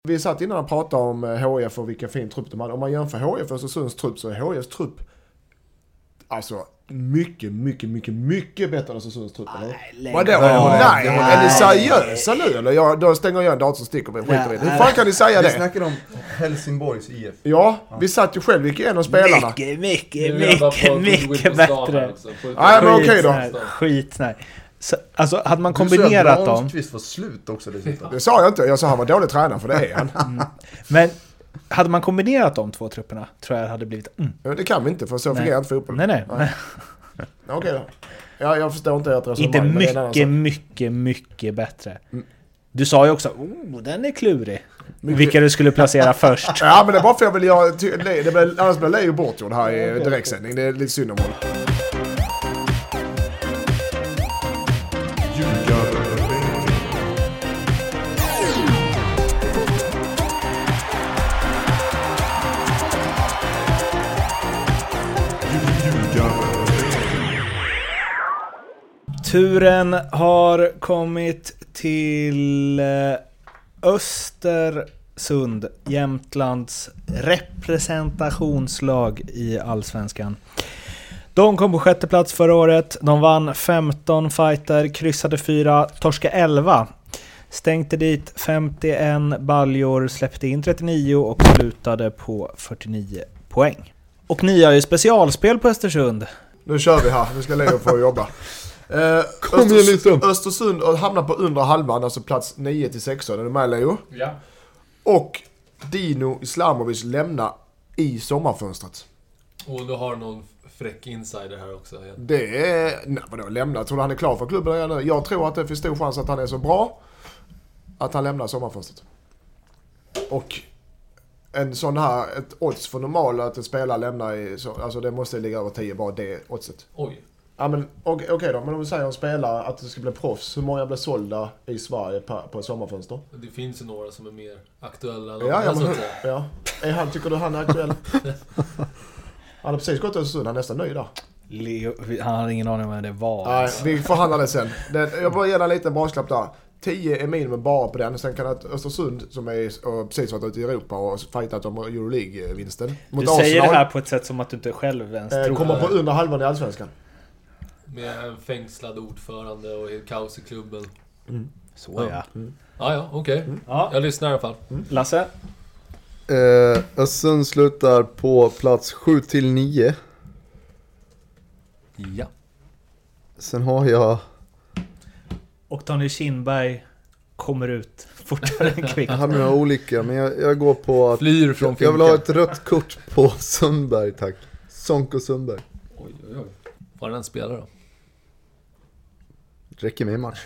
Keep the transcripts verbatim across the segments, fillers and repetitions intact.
Vi satt innan och pratade om H I F och vilken fin trupp de hade. Om man jämför H I F och Östersunds trupp så är H I Fs trupp alltså mycket, mycket, mycket, mycket bättre än Östersunds trupp. Nej, Vad det var, nej, nej, nej, är ni seriösa nu? Eller? Jag, då stänger jag en dator som sticker med skiter i. Hur fan kan ni säga det? Vi snackade om Helsingborgs I F. Ja, ja, vi satt ju själv, gick igenom spelarna. Mycket, mycket, mycket, mycket bättre. Nej, men okej då. Skit, nej. Så, alltså, hade man kombinerat dem... Granqvist var slut också. Det, det sa jag inte. Jag sa han var dålig tränare, för det är han. Mm. Men hade man kombinerat de två trupperna tror jag det hade blivit... Mm. Ja, det kan vi inte, för så fungerar inte fotboll. Nej, nej. nej. Okej okay då. Ja, jag förstår inte ert resonemang. Inte mycket, mycket, mycket bättre. Mm. Du sa ju också, oh, den är klurig. Mycket. Vilka du skulle placera först. Ja, men det är bara för jag vill jag... Det blir, annars blir Leo bortgjord här i direktsändning. Det är lite synd om honom. Turen har kommit till Östersund, Jämtlands representationslag i Allsvenskan. De kom på sjätte plats förra året. De vann femton fighter, kryssade fyra, torska elva. Stängde dit femtioen baljor, släppte in trettionio och slutade på fyrtionio poäng. Och ni har ju specialspel på Östersund. Nu kör vi här, nu ska Leo få jobba. Eh, Kom Östers- liksom. Östersund hamnar på undre halvan, alltså plats nio till sexton. Är du med, Leo? Ja. Och Dino Islamovic lämnar i sommarfönstret. Och du har någon fräck insider här också. Igen. Det är... Nej, vadå lämnar? Tror du han är klar för klubben redan nu? Jag tror att det finns stor chans att han är så bra att han lämnar sommarfönstret. Och en sån här, ett odds för normala att en spelare lämnar i... Så, alltså det måste ligga över tio, bara det oddset. Oj. Ja, men okej okay då, men om vi säger en spelare att det ska bli proffs, hur många blir sålda i Sverige på, på sommarfönster? Det finns ju några som är mer aktuella än ja, andra, ja, så men, att säga. ja. Är han, tycker du han är aktuell? Han har precis gått till Östersund, han är nästan nöjd där. Leo, han hade ingen aning om vad det var. Nej, vi förhandlar det sen. Den, jag bara ger en liten brasklapp där. tio är minimum bara på den. Sen kan att Östersund, som är och precis varit ute i Europa och fightat om Euroleague-vinsten. Du säger Arsenal, det här på ett sätt som att du inte själv ens eh, tror. Kommer på under halvan i Allsvenskan. Med en fängslad ordförande och kaos i klubben. Mm. Så ja. Ja, mm. ah, ja, okej. Okay. Mm. Ja. Jag lyssnar i alla fall. Mm. Lasse? Eh, Östersund slutar på plats sju till nio. Ja. Sen har jag... Och Tony Kindberg kommer ut fortare än kvickt. Jag hade några olika, men jag, jag går på att... Flyr från jag, jag vill ha ett rött kort på Sundberg, tack. Sonko Sundberg. Oj, oj, oj. Var är den spelare då? Räcker med i match.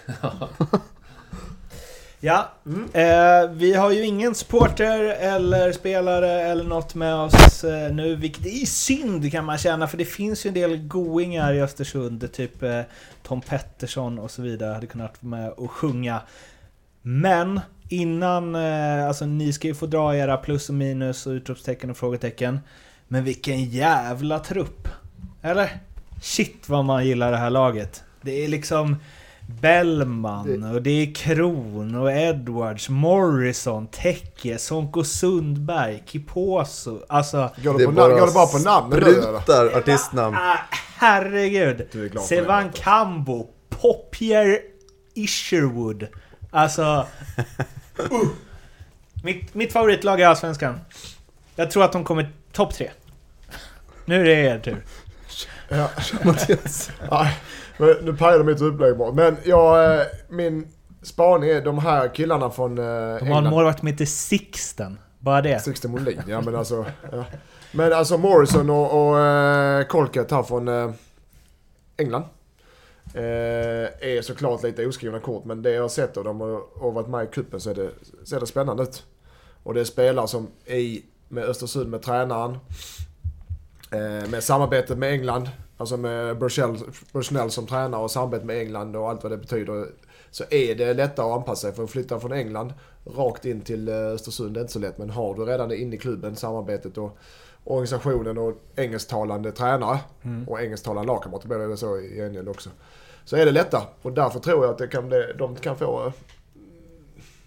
Ja, mm. eh, vi har ju ingen supporter eller spelare eller något med oss eh, nu, vilket är synd kan man känna, för det finns ju en del goingar i Östersund, typ eh, Tom Pettersson och så vidare hade kunnat vara med och sjunga. Men innan, eh, alltså ni ska ju få dra era plus och minus och utropstecken och frågetecken, men vilken jävla trupp, eller? Shit vad man gillar det här laget. Det är liksom Bellman och det är Kron och Edwards, Morrison, Tecke, Sonko Sundberg, Kiposo. Alltså, går det, på na- går det bara på namn? Sprutar artistnamn. Ah, herregud. Sevan Kambo, Popier Isherwood. Alltså, uh. mitt, mitt favoritlag är Allsvenskan. Jag tror att de kommer topp tre. Nu är det er tur. Ja, Mattias. Men nu pajar de mitt upplägg bort. Men jag, min spaning är de här killarna från eh, England. De har en målvakt som heter Sixten. Bara det. Sixten Molin, ja men alltså. Ja. Men alltså Morrison och, och eh, Colkett här från eh, England. Eh, är såklart lite oskrivna kort. Men det jag har sett av dem och, och varit med i kuppen så är det, ser det spännande ut. Och det är spelare som är med Östersund med tränaren. Eh, med samarbetet med England. Alltså med Bushnell som tränare och samarbete med England och allt vad det betyder, så är det lättare att anpassa sig. För att flytta från England rakt in till Östersund, det är inte så lätt. Men har du redan inne i klubben, samarbetet och organisationen och engelsktalande tränare mm. och engelsktalande lagkamrater, blir det så i gengäld också, så är det lättare. Och därför tror jag att det kan bli, de kan få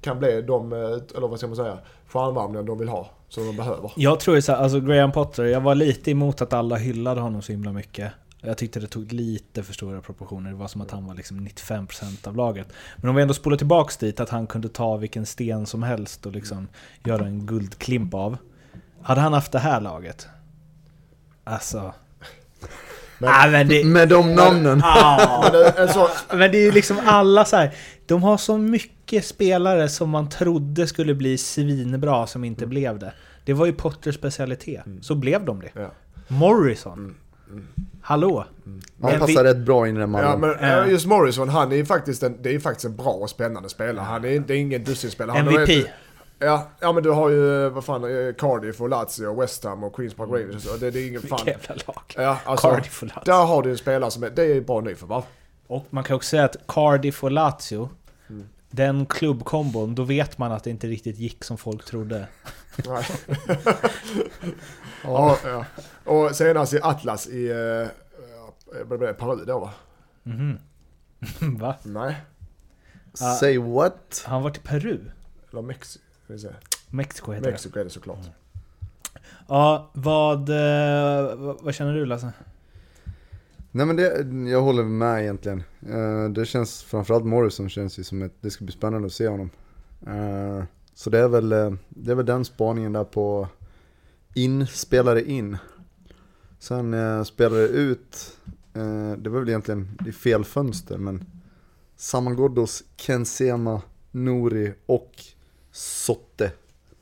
kan bli de, eller vad ska man säga, stjärnvärmningar de vill ha, som de behöver. Jag tror ju så här, alltså Graham Potter, jag var lite emot att alla hyllade honom så himla mycket. Jag tyckte det tog lite för stora proportioner. Det var som att han var liksom nittiofem procent av laget. Men om vi ändå spolar tillbaks dit, att han kunde ta vilken sten som helst och liksom göra en guldklimp av. Hade han haft det här laget? Alltså... Men, ah, men det, med de namnen. ah, men, det, så, men det är ju liksom alla så här. De har så mycket spelare som man trodde skulle bli svinbra som inte mm. blev det. Det var ju Potters specialitet. Mm. Så blev de det. Ja. Morrison. Mm. Mm. Hallå. Mm. Han passar vi... rätt bra in i den mallen. Ja, men just Morrison, han är ju faktiskt en, det är ju faktiskt en bra och spännande spelare. Han är, det är ingen dussinspelare. M V P. Ja, ja, men du har ju vad fan, Cardiff och Lazio, West Ham och Queens Park Rangers. Det, det är ingen fan. Jävla lag. Ja, alltså, Cardiff och Lazio. Där har du en spelare som är, det är bra ny för va? Och man kan också säga att Cardiff och Lazio, mm. den klubbkombon, då vet man att det inte riktigt gick som folk trodde. Nej. ja, ja. Och senast i Atlas i uh, Paris då va? Mhm. Va? Nej. Uh, Say what? Han var till Peru. Eller Mexiko. Mexiko heter Mexiko är det såklart. Mm. Ja, vad, vad, vad känner du Lasse? Nej men det, jag håller med egentligen. Uh, det känns, framförallt Morrison känns ju som att det ska bli spännande att se honom. Uh, så det är väl uh, det är väl den spaningen där på in, spelare in. Sen uh, spelare ut, uh, det var väl egentligen det fel fönster, men Saman Ghoddos, Ken Sema, Nouri och Sotte.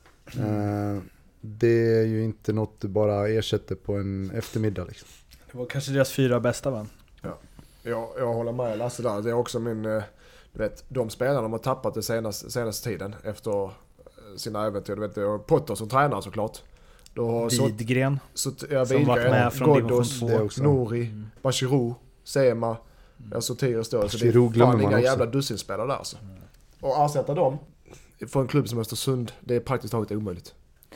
Mm. Uh, det är ju inte något du bara ersätter på en eftermiddag liksom. Det var kanske deras fyra bästa va? Ja, jag, jag håller med Lasse där. Det är också min, du vet, de spelarna de har tappat det senaste, senaste tiden efter sina äventyr. Du vet, Potter som tränare såklart. Widgren. Så, ja, som varit med från Ghoddos, Nouri, mm. Bachirou, Sema, mm. alltså Tiro står. Så det är fan inga jävla dussinspelare där alltså. Mm. Och ersätta dem för en klubb som Östersund, det är praktiskt taget omöjligt.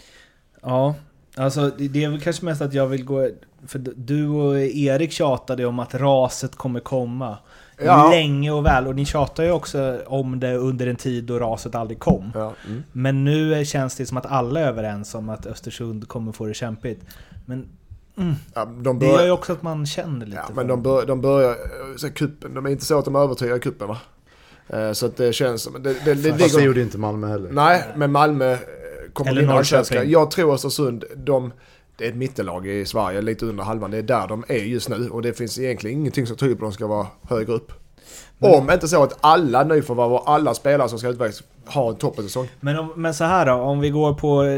Ja, alltså det är väl kanske mest att jag vill gå, för du och Erik tjatade om att raset kommer komma ja. länge och väl, och ni tjatar ju också om det under en tid då raset aldrig kom. Ja. Mm. Men nu känns det som att alla är överens om att Östersund kommer få det kämpigt. Men mm, ja, de bör... det gör ju också att man känner lite. Ja, men de, bör, de börjar, så kuppen, de är inte så att de övertygar kuppen va? Så att det känns som... Det, det, det, Fast det gjorde inte Malmö heller. Nej, men Malmö kommer in allsvenska. Jag tror Östersund, de, det är ett mittellag i Sverige, lite under halvan. Det är där de är just nu. Och det finns egentligen ingenting som tyder på att de ska vara högre upp. Mm. Om inte så att alla nyförvärv och alla spelare som ska utvecklas har en toppensäsong. Men, om, men så här då, om vi går på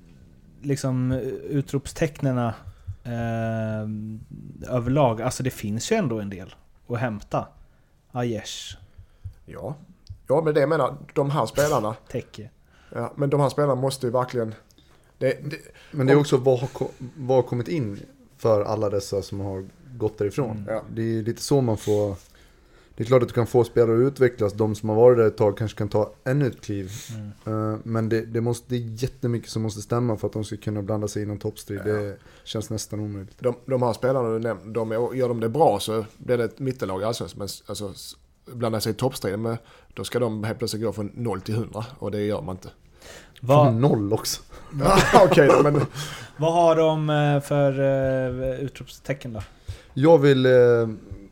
liksom utropstecknena eh, överlag. Alltså det finns ju ändå en del att hämta. Aiesh. Ja, ja men det jag menar, de här spelarna... Täcke. Ja, men de här spelarna måste ju verkligen... Det, det, men det är också vad har, vad har kommit in för alla dessa som har gått därifrån. Mm, ja. Det är lite så man får... Det är klart att du kan få spelare att utvecklas. De som har varit där ett tag kanske kan ta ännu ett kliv. Mm. Uh, men det, det, måste, det är jättemycket som måste stämma för att de ska kunna blanda sig i någon toppstrid. Ja. Det känns nästan omöjligt. De, de här spelarna du nämnde, de är, gör de det bra så blir det ett mittellag alltså, men alltså blanda sig i toppstriden med, då ska de helt plötsligt gå från noll till hundra och det gör man inte. Va? Från noll också. Okej okay, då, men... Vad har de för uh, utropstecken då? Jag vill uh,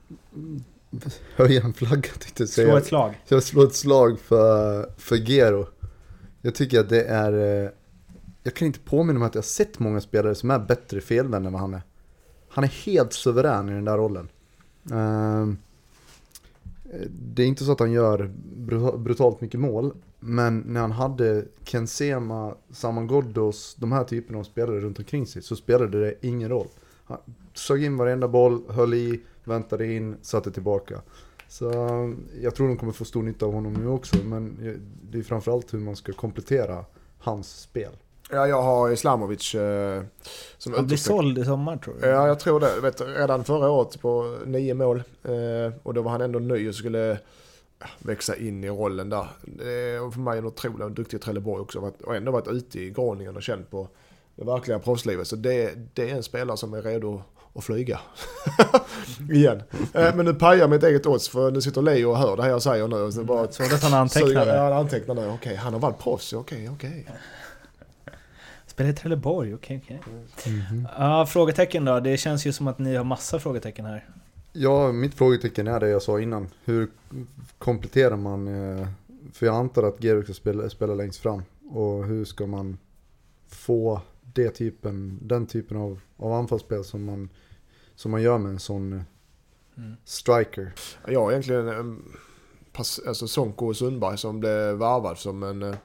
höja en flagga tänkte jag säga. Slå ett slag. Jag slår ett slag för, för Gero. Jag tycker att det är uh, jag kan inte påminna mig att jag har sett många spelare som är bättre felvänd än vad han är. Han är helt suverän i den där rollen. Uh, Det är inte så att han gör brutalt mycket mål, men när han hade Ken Sema, Saman Ghoddos, de här typerna av spelare runt omkring sig, så spelade det ingen roll. Han såg in varenda boll, höll i, väntade in, satte tillbaka. Så jag tror de kommer få stor nytta av honom nu också, men det är framförallt hur man ska komplettera hans spel. Ja, jag har Islamovic eh, som han blir såld i sommar tror jag. Ja, jag tror det. Jag vet, redan förra året på nio mål eh, och då var han ändå ny och skulle ja, växa in i rollen där. Det för mig en otroligt duktig Trelleborg också och ändå varit ute i Groningen och känt på det verkliga proffslivet. Så det, det är en spelare som är redo och flyga. Igen. Eh, men nu pajar mitt eget odds för nu sitter Leo och hör det här jag säger nu. Och så bara, så att han antecknar det. Ja, han antecknar nu. Okej, han har varit proffs. Okej, okej. Spelar i Trelleborg, okej, okej. Mm-hmm. Ja, frågetecken då. Det känns ju som att ni har massa frågetecken här. Ja, mitt frågetecken är det jag sa innan. Hur kompletterar man? Eh, för jag antar att Geruk ska spela, spela längst fram. Och hur ska man få det typen, den typen av, av anfallsspel som man, som man gör med en sån mm. striker? Ja, egentligen en, alltså Sonko och Sundberg som blev varvad som en... Eh,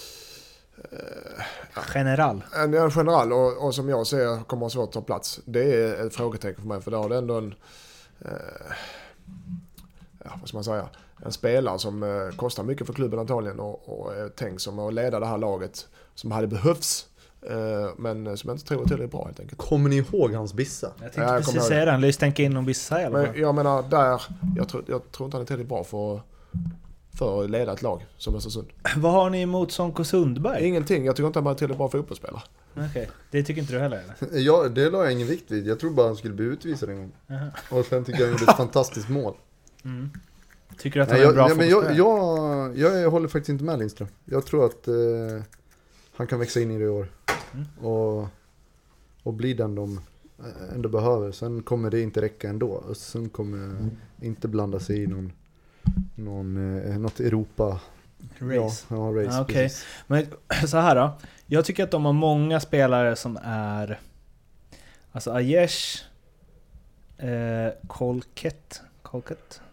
general. En, en general och, och som jag ser kommer att svårt att ta plats. Det är ett frågetecken för mig för då har det ändå en... Eh, ja, vad ska man säga? En spelare som eh, kostar mycket för klubben antagligen och, och är tänkt som att leda det här laget som hade behövts eh, men som jag inte tror är tillräckligt bra helt enkelt. Kommer ni ihåg hans Bissa? Jag tänkte ja, jag precis säga det. Han lyste tänka in om Bissa i alla fall. Men jag menar där, jag tror, jag tror inte han är tillräckligt bra för, för att leda ett lag som Östersund. Vad har ni emot Sonko Sundberg? Ingenting, jag tycker inte han är tillräckligt bra fotbollsspelare. Okej, okay. Det tycker inte du heller eller? Ja, det la jag ingen vikt vid. Jag tror bara han skulle bli utvisad en gång. Uh-huh. Och sen tycker jag han gjorde ett fantastiskt mål. Mm. Tycker du att han Nej, är bra jag, men jag, jag, jag, jag håller faktiskt inte med Lindström. Jag tror att eh, han kan växa in i det i år. Mm. Och, och bli den de ändå behöver. Sen kommer det inte räcka ändå. Och sen kommer mm. inte blanda sig i någon, någon, eh, något Europa... Race. Ja, ja race. Ah, okay. Men så här då. Jag tycker att de har många spelare som är... Alltså Aiesh, eh, Kolket, Kolket,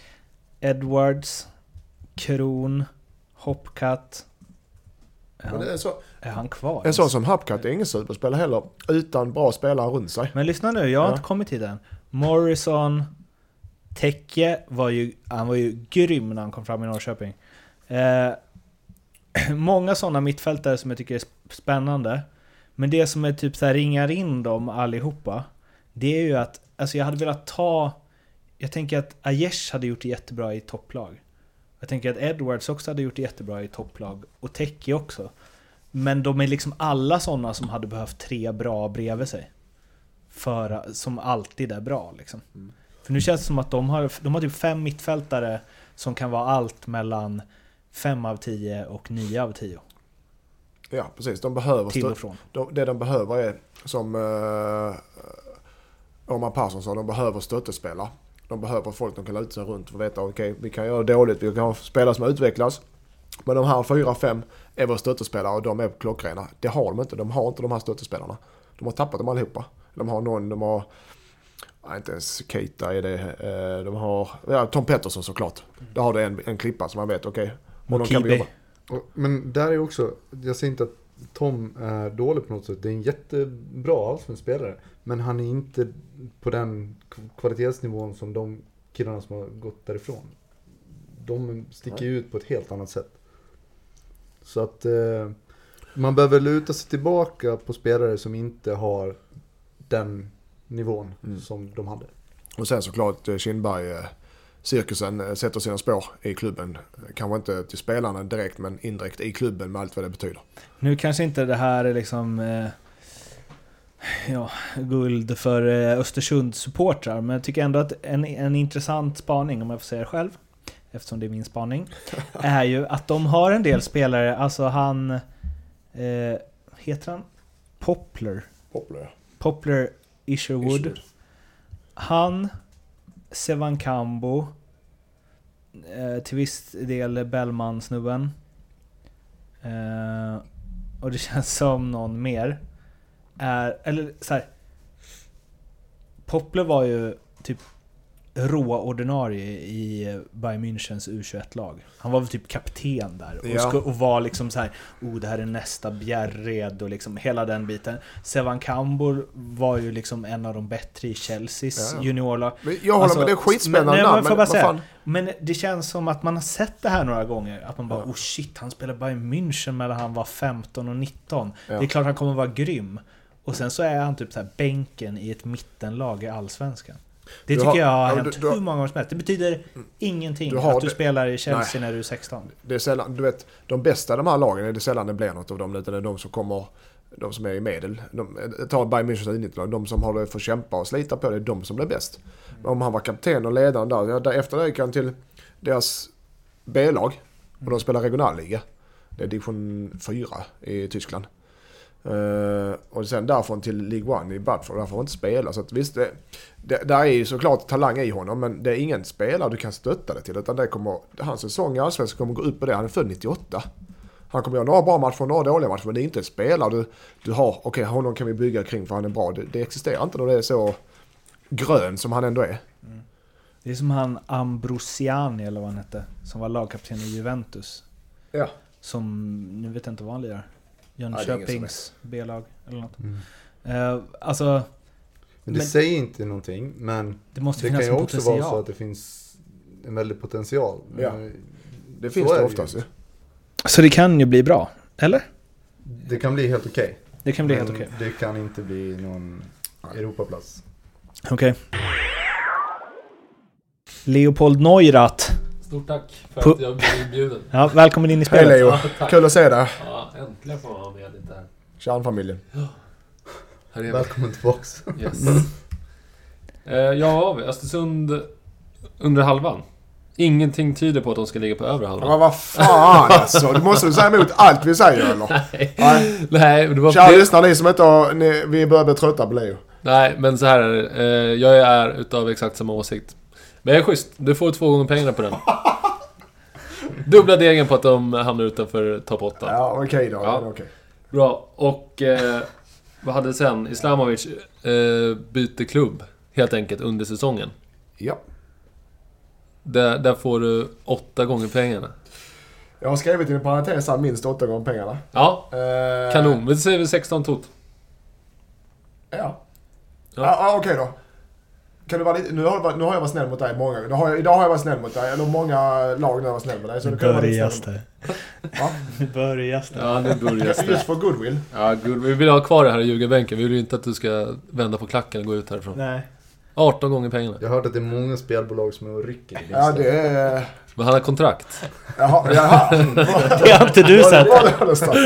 Edwards, Kron, Hopcat. Är han, är, så, är han kvar? En sån som Hopcat är ingen superspelare heller. Utan bra spelare runt sig. Men lyssna nu, jag har ja. inte kommit till den. Morrison, Tekke var ju, han var ju grym när han kom fram i Norrköping. Eh, många sådana mittfältare som jag tycker är spännande. Men det som är typ så här ringar in dem allihopa, det är ju att alltså jag hade velat ta, jag tänker att Aiesh hade gjort det jättebra i topplag. Jag tänker att Edwards också hade gjort det jättebra i topplag och Teki också. Men de är liksom alla sådana som hade behövt tre bra bredvid sig. För, som alltid är bra liksom. Mm. För nu känns det som att de har, de har typ fem mittfältare som kan vara allt mellan fem av tio och nio av tio. Ja, precis. De behöver till och från. De, det de behöver är som uh, Omar Persson sa, de behöver stöttespelare. De behöver folk de kan luta sig runt för att veta okej, okay, vi kan göra dåligt, vi kan ha spelare som utvecklas. Men de här fyra, fem är våra stöttespelare och de är klockrena. Det har de inte. De har inte de här stöttespelarna. De har tappat dem allihopa. De har någon, de har nej, inte ens Keita är det. De har ja, Tom Pettersson såklart. Där har det en, en klippa som man vet, okej. Okay, kan bli men där är också, jag ser inte att Tom är dålig på något sätt. Det är en jättebra allsvensk spelare. Men han är inte på den kvalitetsnivån som de killarna som har gått därifrån. De sticker Nej. ut på ett helt annat sätt. Så att eh, man behöver luta sig tillbaka på spelare som inte har den nivån mm. som de hade. Och sen såklart Kindberg eh, cirkusen sätter sina spår i klubben. Kanske inte till spelarna direkt men indirekt i klubben med allt vad det betyder. Nu kanske inte det här är liksom eh, ja, guld för eh, Östersunds supportrar, men jag tycker ändå att en, en intressant spaning, om jag får säga det själv, eftersom det är min spaning, är ju att de har en del spelare, alltså han eh, heter han? Poplar. Poplar. Poplar Isherwood. Isherwood. Han, Sevan Kambo, eh, till viss del Bellman-snubben. Eh, och det känns som någon mer är, eller så här, Poplar var ju typ rå ordinarie i Bayern Münchens U tjugoett-lag. Han var väl typ kapten där och, ja. och var liksom så här, oh, det här är nästa Bjärred och liksom hela den biten. Sevan Kambo var ju liksom en av de bättre i Chelseas ja. juniorlag. Men jag håller alltså, med, det är skitspännande. Men, nej, men, men, säga, men det känns som att man har sett det här några gånger. Att man bara, ja. oh shit, han spelar Bayern München när han var femton och nitton. Ja. Det är klart han kommer vara grym. Och sen så är han typ så här bänken i ett mittenlag i Allsvenskan. Det du tycker har, jag har hänt du, du, hur många gånger som helst. Det betyder mm, ingenting du att du det, spelar i Chelsea nej, när du är sexton. Det är sällan, du vet, de bästa av de här lagen är det sällan det blir något av dem, utan det är de som kommer de som är i medel. De, tar Bayern Münchens innerlag. De som har det för att kämpa och slita på det är de som blir bäst. Mm. Om han var kapten och ledaren där, ja, därefter gick han till deras B-lag. Och de spelar regionalliga. Det är division fyra i Tyskland. Uh, och sen därifrån till League One i Badford. Därför får han inte spela. Så att visst, det, det, där är ju såklart talang i honom. Men det är ingen spelare du kan stötta det till. Utan det kommer, hans säsong i Allsvenskan kommer gå upp på det. Han är född nittioåtta. Han kommer göra några bra matcher och några dåliga matcher. Men det är inte ett spelare du, du har. Okej, okay, honom kan vi bygga kring för han är bra. Det, det existerar inte när det är så grön som han ändå är. Mm. Det är som han Ambrosiani eller vad han hette. Som var lagkapten i Juventus. Ja. Som, nu vet jag inte vad han lirar. Jönköpings B-lag eller något. Mm. Uh, alltså, men det men, säger inte någonting, men det, måste det kan ju också potential. vara så att det finns en väldig potential. Ja. Men det finns det oftast ju. Så det kan ju bli bra, eller? Det kan bli helt okej. Okay. Det kan bli men helt okej. Okay. Det kan inte bli någon Europaplats. Okej. Okay. Leopold Neurath. Stort tack för P- att jag blev inbjuden. Ja, välkommen in i spelet. Hej Leo, Ja, kul att se dig. Ja, äntligen får man vara med lite här. Kärnfamiljen. Här är vi. Välkommen tillbaks. Yes. eh, ja, Östersund under halvan. Ingenting tyder på att de ska ligga på övre halvan. Men vad fan alltså, du måste säga emot allt vi säger eller? Nej. Nej. Nej, det var Kära det... lyssnare, ni som inte har, ni, vi börjar bli trötta på Leo. Nej, men så här är det. Eh, jag är utav exakt samma åsikt. Men jag är schysst. Du får två gånger pengarna på den. Dubbla degen på att de hamnar utanför topp åtta. Ja, okej okay då. Ja. Ja. Okay. Bra. Och eh, vad hade sen? Islamovic eh, byter klubb helt enkelt under säsongen. Ja. Där, där får du åtta gånger pengarna. Jag har skrivit i en parentes här minst åtta gånger pengarna. Ja, Eh, kanon. Men det säger vi sexton tot. Ja. Ja. Ja, ja okej okay då. Kan du vara lite, nu, har, nu har jag varit snäll mot dig många gånger. Har jag, idag har jag varit snäll mot dig. Eller många lag nu har jag varit snäll mot dig. Så Nu du kan vara lite börjas snäll det. Ja. Nu börjas det. Ja, nu börjar Just det. för goodwill. Ja, good. Vi vill ha kvar det här i ljugarbänken. Vi vill ju inte att du ska vända på klacken och gå ut härifrån. Nej. arton gånger pengarna. Jag har hört att det är många spelbolag som är och rycker i Ja, det är... Men han har kontrakt. Jaha, jaha. Det har inte du sett. Var det någonstans?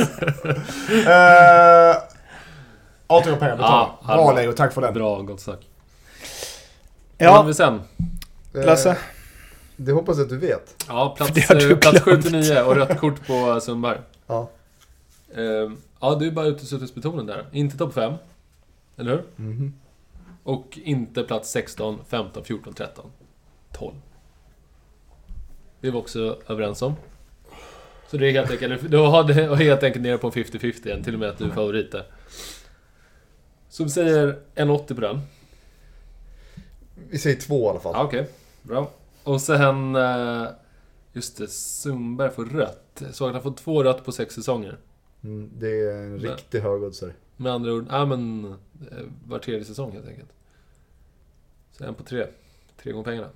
uh, arton pengar betala. Ja, Bra Leo, tack för den. Bra, gott snack. Vad har Ja, vi sen? Lasse. Eh, det hoppas jag att du vet. Ja, plats, Det har du eh, plats glömt. sjuttionio och rött kort på Sundberg. Ja. Eh, ja, du är bara uteslutningsbetonen där. Inte topp fem. Eller hur? Mhm. Och inte plats sexton, femton, fjorton, tretton, tolv. Det är vi också överens om. Så det är helt enkelt, du har det helt enkelt nere på femtio femtio igen, till och med att du är favorit där. Så vi säger en åttio på den. Vi säger två i alla fall. Ja, okej. Bra. Och sen, eh, just det, Sundberg får rött. Så han har fått två rött på sex säsonger. Mm, det är en riktig högoddsare. Med andra ord, ja men eh, var tredje säsong helt enkelt. Så en på tre. Tre gånger pengarna.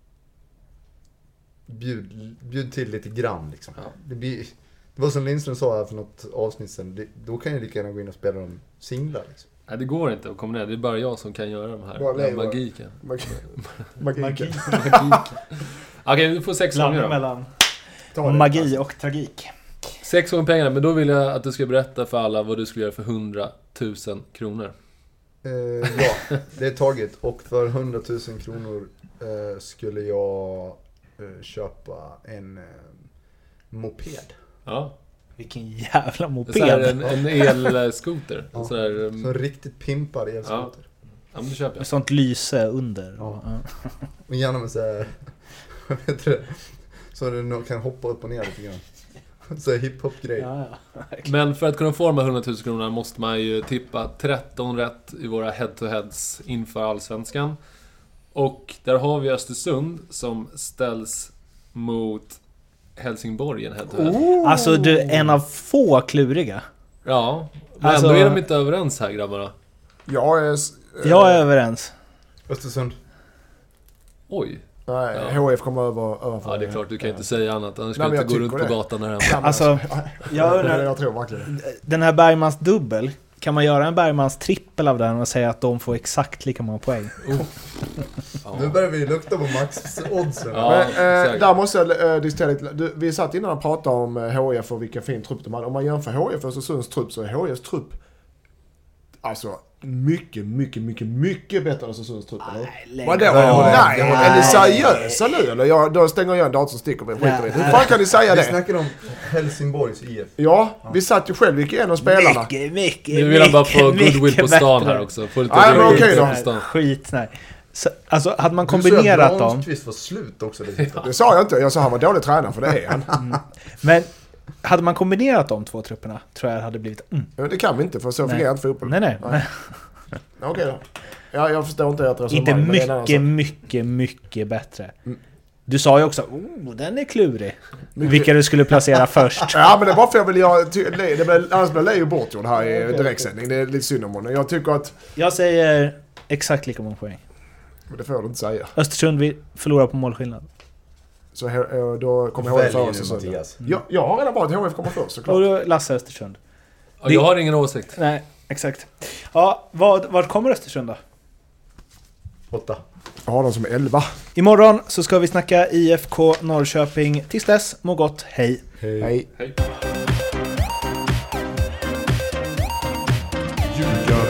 Bjud, bjud till lite grann liksom. Ja. Det, blir, det var som Lindström sa här för något avsnitt sen. Det, då kan jag lika gärna gå in och spela de singlar liksom. Nej, det går inte att komma ner. Det är bara jag som kan göra de här. Bara Den här Leo. magiken. Magi. Magi. Magi. Okej, du får sex gånger Blandning då. mellan Ta det. magi och tragik. Sex gånger pengarna, men då vill jag att du ska berätta för alla vad du skulle göra för hundratusen kronor. Eh, ja, det är taget. Och för hundratusen kronor eh, skulle jag eh, köpa en eh, moped. Ja. Vilken jävla Så här, moped. en, en elskoter. Ja. Så där, um, Så en riktigt pimpad elskoter. ja, men det köper jag. Med sånt lyse under. Ja. Ja. Och gärna med så här, vad heter det? Så du nog kan hoppa upp och ner lite grann. Så här hiphop-grej. Ja, ja. Men för att kunna få de här hundratusen kronorna måste man ju tippa tretton rätt i våra head-to-heads inför Allsvenskan. Och där har vi Östersund som ställs mot Helsingborg i en head-to-head. Oh. Alltså du, en av få kluriga. Ja, men Alltså- ändå är de inte överens här, grabbarna. Jag är... s- Jag är överens. Östersund. Oj. Nej, Ja. H F kommer över, över Ja, det är klart, du kan inte säga annat. Annars Nej, kan men du jag inte gå runt tycker på det. gatan där hemma. Ja, men Alltså, jag jag det är undrar- det jag tror verkligen. Den här Bergmans dubbel, kan man göra en Bergmans trippel av den och säga att de får exakt lika många poäng? Ja. Nu börjar vi lukta på max-oddsen. Ja, Men, eh, säkert. där måste jag eh, diskutera lite. Du, vi satt innan och pratade om eh, H F och vilken fin trupp de hade. Om man jämför H F och Östersunds trupp så är H Fs trupp alltså mycket, mycket, mycket, mycket bättre än Östersundstruppen. Nej, Vadå? Ja, Nej, det var- är ni seriösa nu eller? Jag, då stänger jag en dator som sticker. Skiter i det. Hur fan kan ni säga Vi det? snackar om Helsingborgs I F. Ja, vi satt ju själv gick igenom spelarna. Mycket, mycket, Nu vill han bara få mycket, goodwill på mycket stan bättre. här också. Få lite Nej, men goodwill okej då. på stan. Skit, nej. Så, alltså, hade man Du sa kombinerat att dem... Granqvist var slut också. Det. Det sa jag inte. Jag sa han var dålig tränare för det är han. Men hade man kombinerat de två trupperna tror jag det hade blivit... Mm. Men det kan vi inte för så Nej. fungerar inte fotboll. Nej, nej. nej. Okej då. Ja, jag förstår inte ert resonemang. Inte men det är en annan mycket, sak. mycket, mycket bättre. Mm. Du sa ju också, oh, den är klurig. Mycket- Vilka du skulle placera först. Ja, men det var för jag vill göra... ty- le- det blir- Annars blir Leo bortgjord här i direktsändning. Det är lite synd om honom. Jag tycker att... Jag säger exakt lika många poäng. Men det får du inte säga. Östersund vi förlorar på målskillnad. Så här, eh, då kommer H F före Välj nu Östersund. Mattias. Jag, jag har redan varit H F kommer först Och såklart. då Lasse Östersund. Ja, jag har ingen åsikt. Nej, exakt. Ja, vad, vart kommer Östersund då? Åtta. Jag har dem som elva. Imorgon så ska vi snacka I F K Norrköping. Tills dess, må gott, hej! Hej. Hej. Ljuga